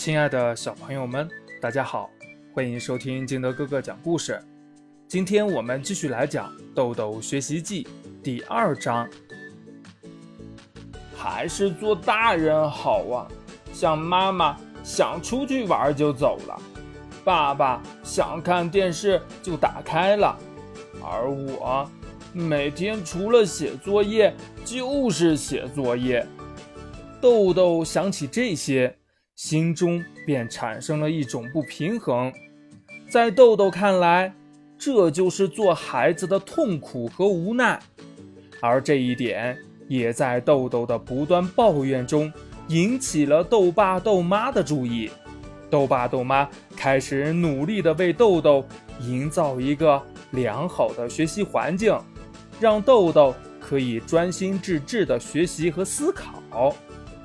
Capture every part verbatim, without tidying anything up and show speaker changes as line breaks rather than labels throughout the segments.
亲爱的小朋友们，大家好，欢迎收听金德哥哥讲故事。今天我们继续来讲《豆豆学习记》第二章。
还是做大人好啊，像妈妈想出去玩就走了，爸爸想看电视就打开了，而我每天除了写作业就是写作业。
豆豆想起这些，心中便产生了一种不平衡。在豆豆看来，这就是做孩子的痛苦和无奈，而这一点也在豆豆的不断抱怨中引起了豆爸豆妈的注意。豆爸豆妈开始努力地为豆豆营造一个良好的学习环境，让豆豆可以专心致志地学习和思考。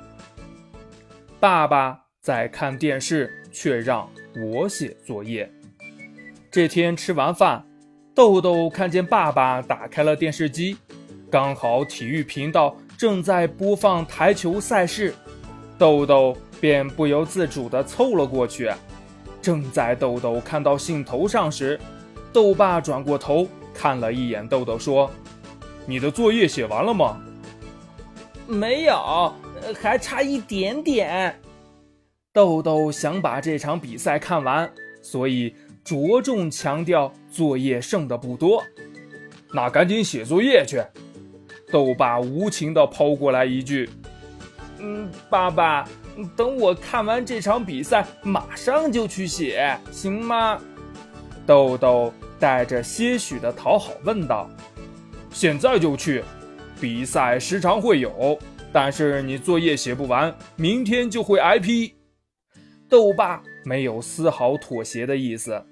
爸爸在看电视，却让我写作业。这天吃完饭，豆豆看见爸爸打开了电视机，刚好体育频道正在播放台球赛事，豆豆便不由自主地凑了过去。正在豆豆看到兴头上时，豆爸转过头看了一眼豆豆，说：“你的作业写完了吗？”“
没有，还差一点点。”
豆豆想把这场比赛看完，所以着重强调作业剩的不多。“那赶紧写作业去！”豆爸无情地抛过来一句。
“嗯，爸爸，等我看完这场比赛，马上就去写，行吗？”
豆豆带着些许的讨好问道。“现在就去，比赛时常会有，但是你作业写不完，明天就会挨批。”豆爸没有丝毫妥协的意思。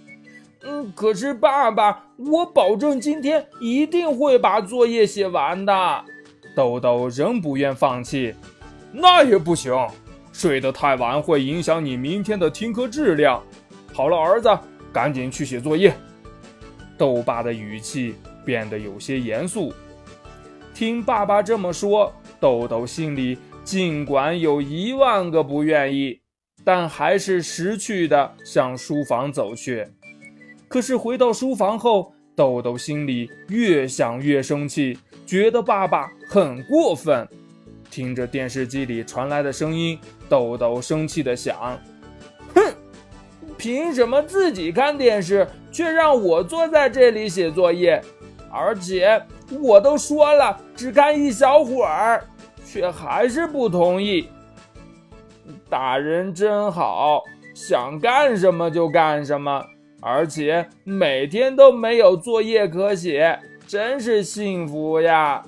“嗯，可是爸爸，我保证今天一定会把作业写完的。”
豆豆仍不愿放弃。“那也不行，睡得太晚会影响你明天的听课质量。好了，儿子，赶紧去写作业。”豆爸的语气变得有些严肃。听爸爸这么说，豆豆心里尽管有一万个不愿意，但还是识趣地向书房走去。可是回到书房后，豆豆心里越想越生气，觉得爸爸很过分。听着电视机里传来的声音，豆豆生气地想：
哼，凭什么自己看电视，却让我坐在这里写作业？而且我都说了，只看一小会儿，却还是不同意。大人真好，想干什么就干什么，而且每天都没有作业可写，真是幸福呀。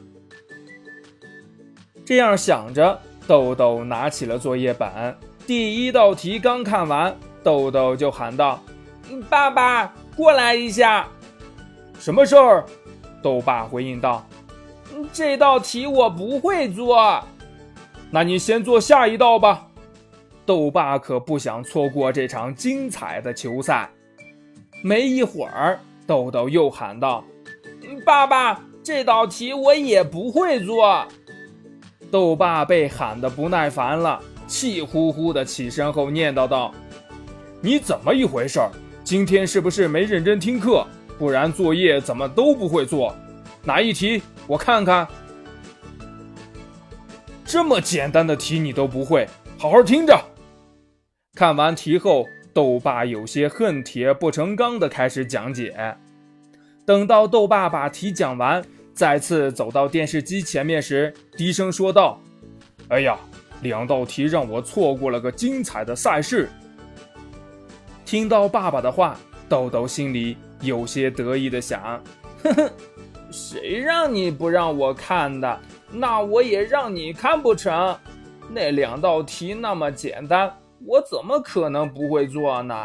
这样想着，豆豆拿起了作业本，第一道题刚看完，豆豆就喊道：“
爸爸，过来一下。”“
什么事儿？”豆爸回应道：“
这道题我不会做。”“
那你先做下一道吧。”豆爸可不想错过这场精彩的球赛。没一会儿，豆豆又喊道：“
爸爸，这道题我也不会做。”
豆爸被喊得不耐烦了，气呼呼地起身后念叨道：“你怎么一回事？今天是不是没认真听课？不然作业怎么都不会做？哪一题？我看看。这么简单的题你都不会，好好听着。”看完题后，豆爸有些恨铁不成钢地开始讲解。等到豆爸把题讲完，再次走到电视机前面时，低声说道：“哎呀，两道题让我错过了个精彩的赛事。”听到爸爸的话，豆豆心里有些得意地想：“
呵呵，谁让你不让我看的？那我也让你看不成。那两道题那么简单，我怎么可能不会做呢？”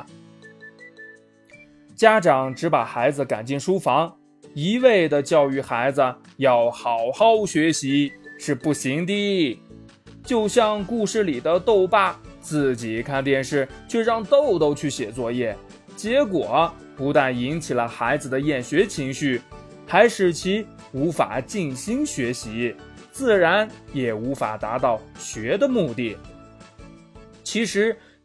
家长只把孩子赶进书房，一味地教育孩子要好好学习是不行的。就像故事里的豆爸自己看电视，却让豆豆去写作业，结果不但引起了孩子的厌学情绪，还使其无法静心学习，自然也无法达到学的目的。其实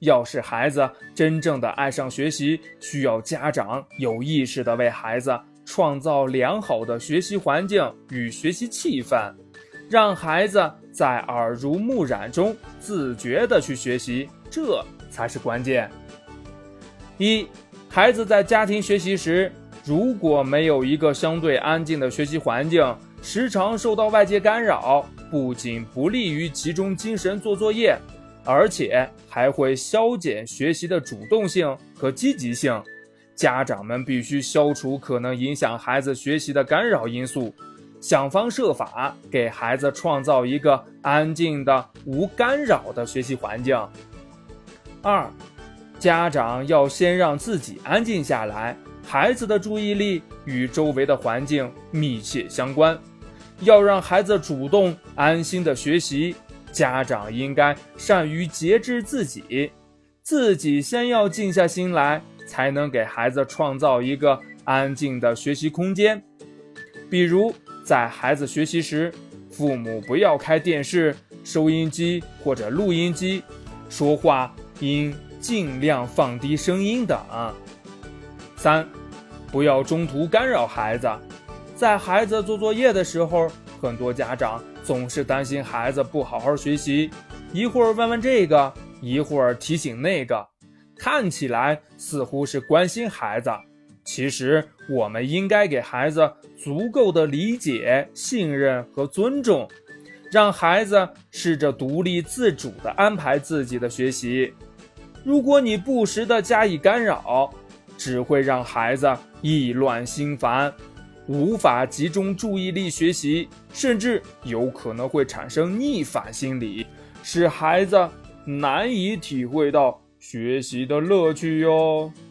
要使孩子真正的爱上学习，需要家长有意识地为孩子创造良好的学习环境与学习气氛，让孩子在耳濡目染中自觉地去学习，这才是关键。一、孩子在家庭学习时，如果没有一个相对安静的学习环境，时常受到外界干扰，不仅不利于集中精神做作业，而且还会消减学习的主动性和积极性。家长们必须消除可能影响孩子学习的干扰因素，想方设法给孩子创造一个安静的、无干扰的学习环境。二、家长要先让自己安静下来，孩子的注意力与周围的环境密切相关。要让孩子主动、安心的学习，家长应该善于节制自己，自己先要静下心来，才能给孩子创造一个安静的学习空间。比如，在孩子学习时，父母不要开电视、收音机或者录音机，说话应尽量放低声音等。三、不要中途干扰孩子。在孩子做作业的时候，很多家长总是担心孩子不好好学习，一会儿问问这个，一会儿提醒那个，看起来似乎是关心孩子，其实我们应该给孩子足够的理解、信任和尊重，让孩子试着独立自主地安排自己的学习。如果你不时地加以干扰，只会让孩子意乱心烦，无法集中注意力学习，甚至有可能会产生逆反心理，使孩子难以体会到学习的乐趣哟。